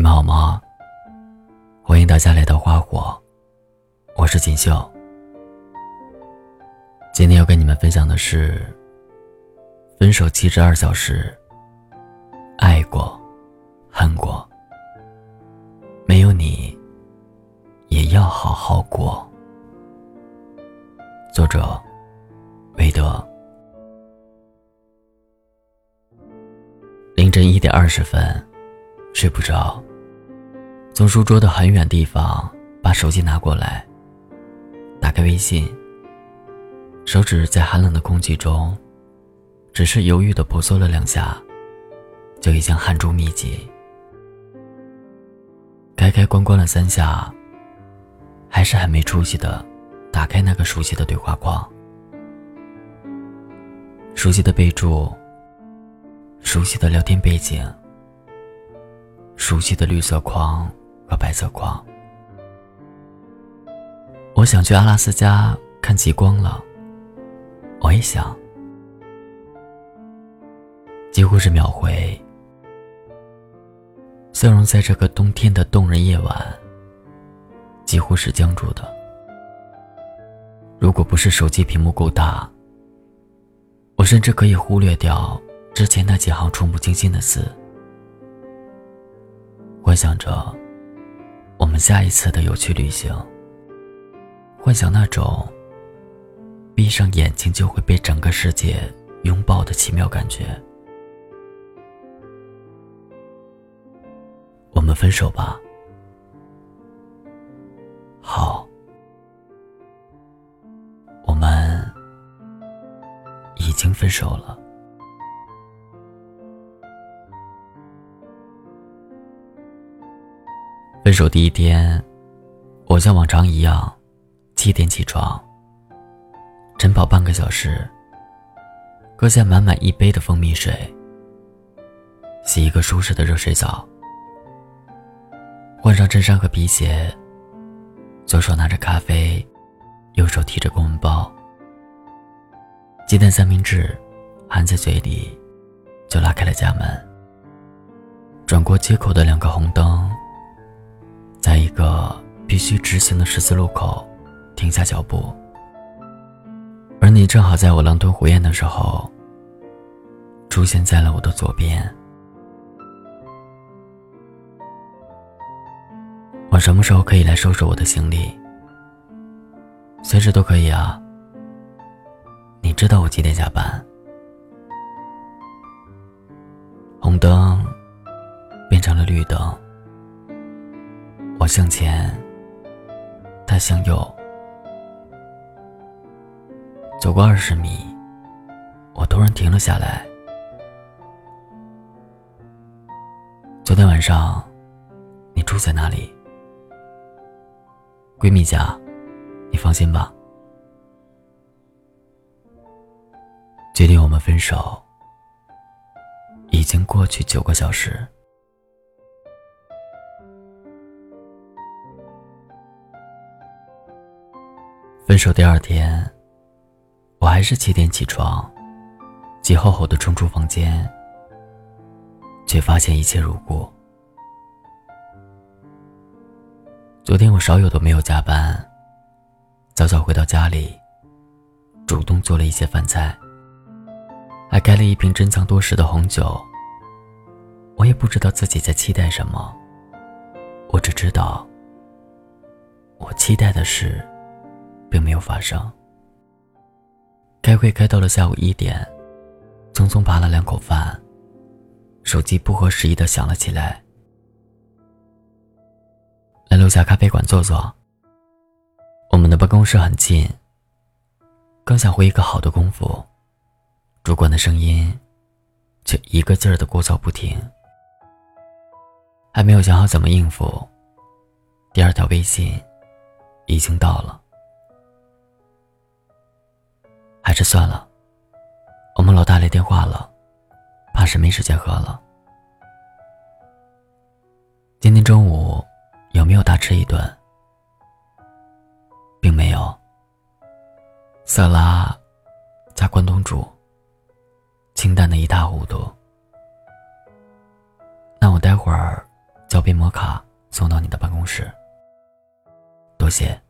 们好吗？欢迎大家来到花火，我是锦绣。今天要跟你们分享的是分手72小时，爱过恨过，没有你也要好好过。作者韦德。凌晨1点20分，睡不着，从书桌的很远地方把手机拿过来，打开微信，手指在寒冷的空气中只是犹豫地婆娑了2下，就已经汗珠密集。开关了3下，还是很没出息地打开那个熟悉的对话框，熟悉的备注，熟悉的聊天背景，熟悉的绿色框和白色框。我想去阿拉斯加看极光了，我也想。几乎是秒回，笑容在这个冬天的动人夜晚几乎是僵住的。如果不是手机屏幕够大，我甚至可以忽略掉之前那几行触目惊心的字，幻想着我们下一次的有趣旅行，幻想那种闭上眼睛就会被整个世界拥抱的奇妙感觉。我们分手吧。好，我们已经分手了。分手第一天，我像往常一样7点起床，晨跑半个小时，喝下满1杯的蜂蜜水，洗一个舒适的热水澡，换上衬衫和皮鞋，左手拿着咖啡，右手提着公文包，鸡蛋三明治含在嘴里，就拉开了家门，转过街口的2个红灯，在一个必须直行的十字路口停下脚步。而你正好在我狼吞虎咽的时候出现在了我的左边。我什么时候可以来收拾我的行李？随时都可以啊。你知道我几点下班？红灯变成了绿灯，我向前，他向右，走过20米，我突然停了下来。昨天晚上你住在哪里？闺蜜家，你放心吧。距离我们分手已经过去9个小时。分手第2天，我还是7点起床，急吼吼地冲出房间，却发现一切如故。昨天我少有都没有加班，早早回到家里，主动做了一些饭菜，还开了一瓶珍藏多时的红酒。我也不知道自己在期待什么，我只知道我期待的事并没有发生。开会开到了下午1点，匆匆扒了2口饭，手机不合时宜地响了起来。来楼下咖啡馆坐坐，我们的办公室很近。刚想回一个好的功夫，主管的声音却一个劲儿地聒噪不停。还没有想好怎么应付，第2条微信已经到了。还是算了，我们老大来电话了，怕是没时间喝了。今天中午有没有大吃一顿？并没有，色拉加关东煮，清淡的一塌糊涂。那我待会儿叫小杯摩卡送到你的办公室。多谢。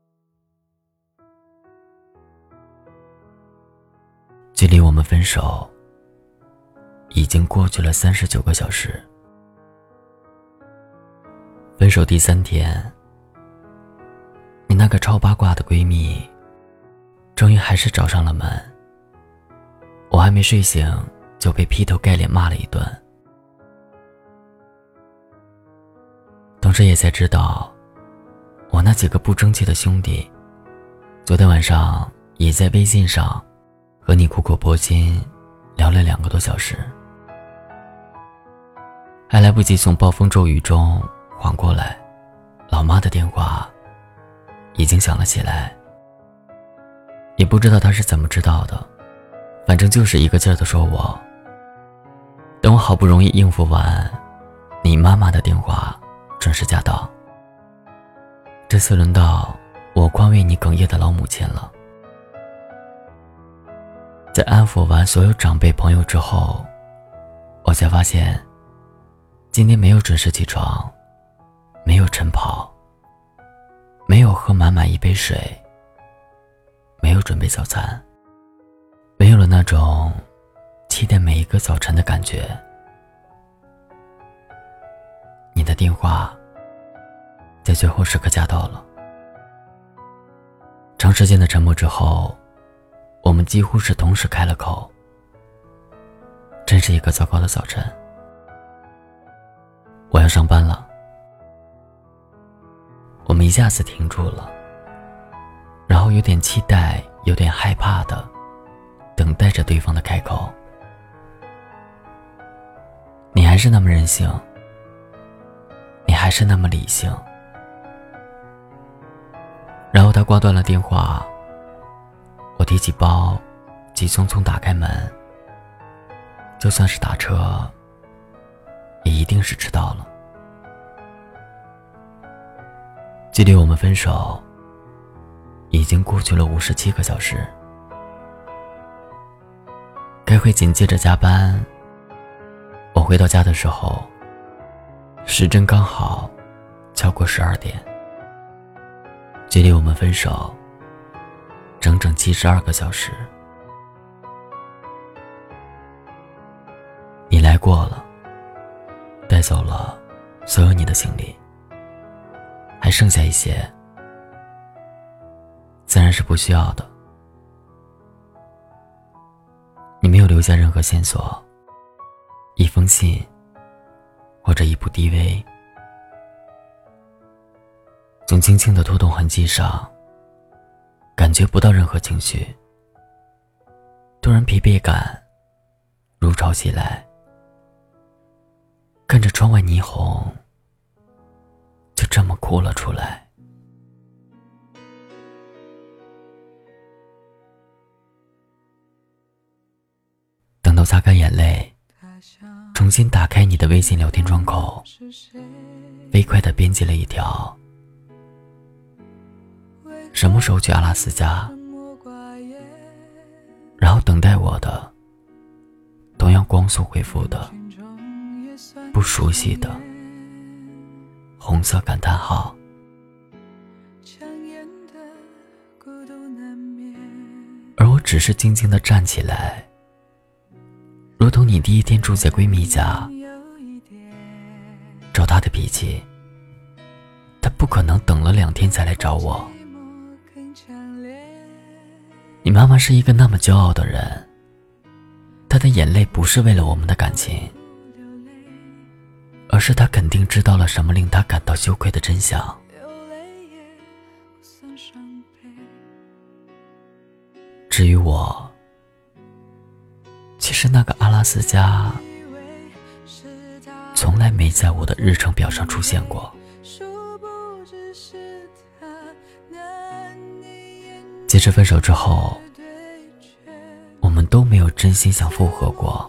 距离我们分手已经过去了39个小时。分手第3天，你那个超八卦的闺蜜终于还是找上了门。我还没睡醒就被劈头盖脸骂了一顿，同时也才知道我那几个不争气的兄弟昨天晚上也在微信上和你苦口婆心聊了2个多小时，还来不及从暴风骤雨中缓过来，老妈的电话已经响了起来。也不知道她是怎么知道的，反正就是一个劲儿地说我。等我好不容易应付完你妈妈的电话，准时驾到。这次轮到我宽慰你哽咽的老母亲了。在安抚完所有长辈朋友之后，我才发现今天没有准时起床，没有晨跑，没有喝满满一杯水，没有准备早餐，没有了那种期待每一个早晨的感觉。你的电话在最后时刻驾到了。长时间的沉默之后，我们几乎是同时开了口。真是一个糟糕的早晨。我要上班了。我们一下子停住了，然后有点期待，有点害怕的等待着对方的开口。你还是那么任性，你还是那么理性。然后他挂断了电话，我提起包，急匆匆打开门。就算是打车，也一定是迟到了。距离我们分手已经过去了57个小时。开会紧接着加班，我回到家的时候，时针刚好敲过12点。距离我们分手整整72个小时。你来过了，带走了所有你的行李，还剩下一些自然是不需要的。你没有留下任何线索，一封信或者一部 DV。 从轻轻的拖动痕迹上感觉不到任何情绪。突然疲惫感如潮袭来，看着窗外霓虹，就这么哭了出来。等到擦干眼泪，重新打开你的微信聊天窗口，飞快地编辑了一条：什么时候去阿拉斯加？然后等待我的同样光速回复的不熟悉的红色感叹号。而我只是静静地站起来，如同你第一天住在闺蜜家。照她的脾气，她不可能等了2天才来找我。你妈妈是一个那么骄傲的人，她的眼泪不是为了我们的感情，而是她肯定知道了什么令她感到羞愧的真相。至于我，其实那个阿拉斯加从来没在我的日程表上出现过。其实分手之后，我们都没有真心想复合过。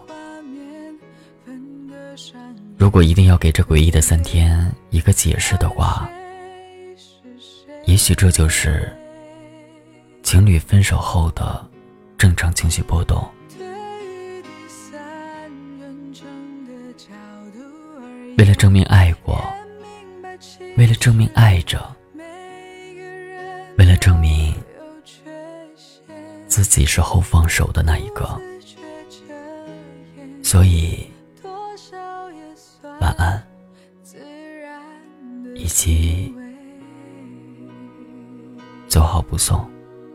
如果一定要给这诡异的3天一个解释的话，也许这就是情侣分手后的正常情绪波动。为了证明爱过， 为了证明爱着，为了证明自己是后放手的那一个，所以晚安，以及走好不送。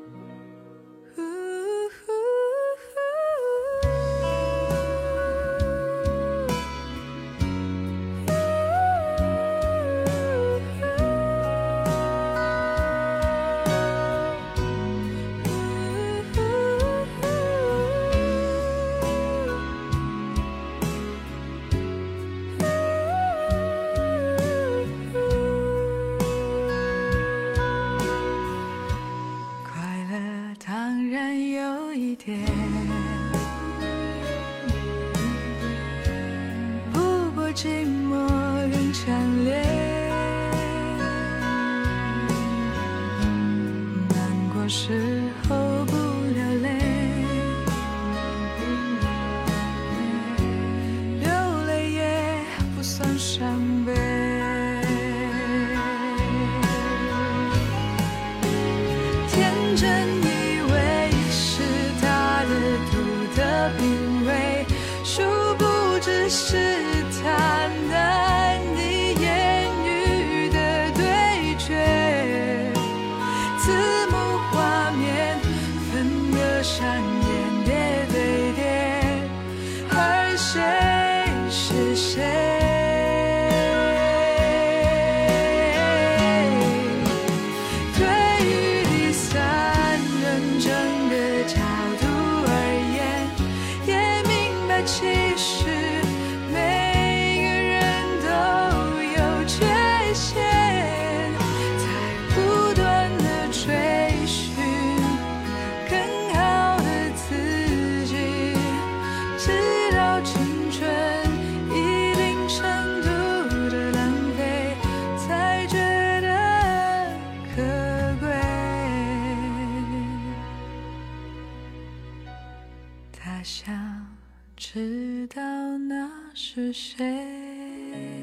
不过寂寞更强烈，难过时候不流泪，流泪也不算伤悲。天真以为是他的独特品味，殊不知是他难以言语的对决。字幕画面分隔上演叠对叠，而谁是谁？其实每个人都有缺陷，在不断的追寻更好的自己，直到青春一定程度的浪费，才觉得可贵。他想知道那是谁。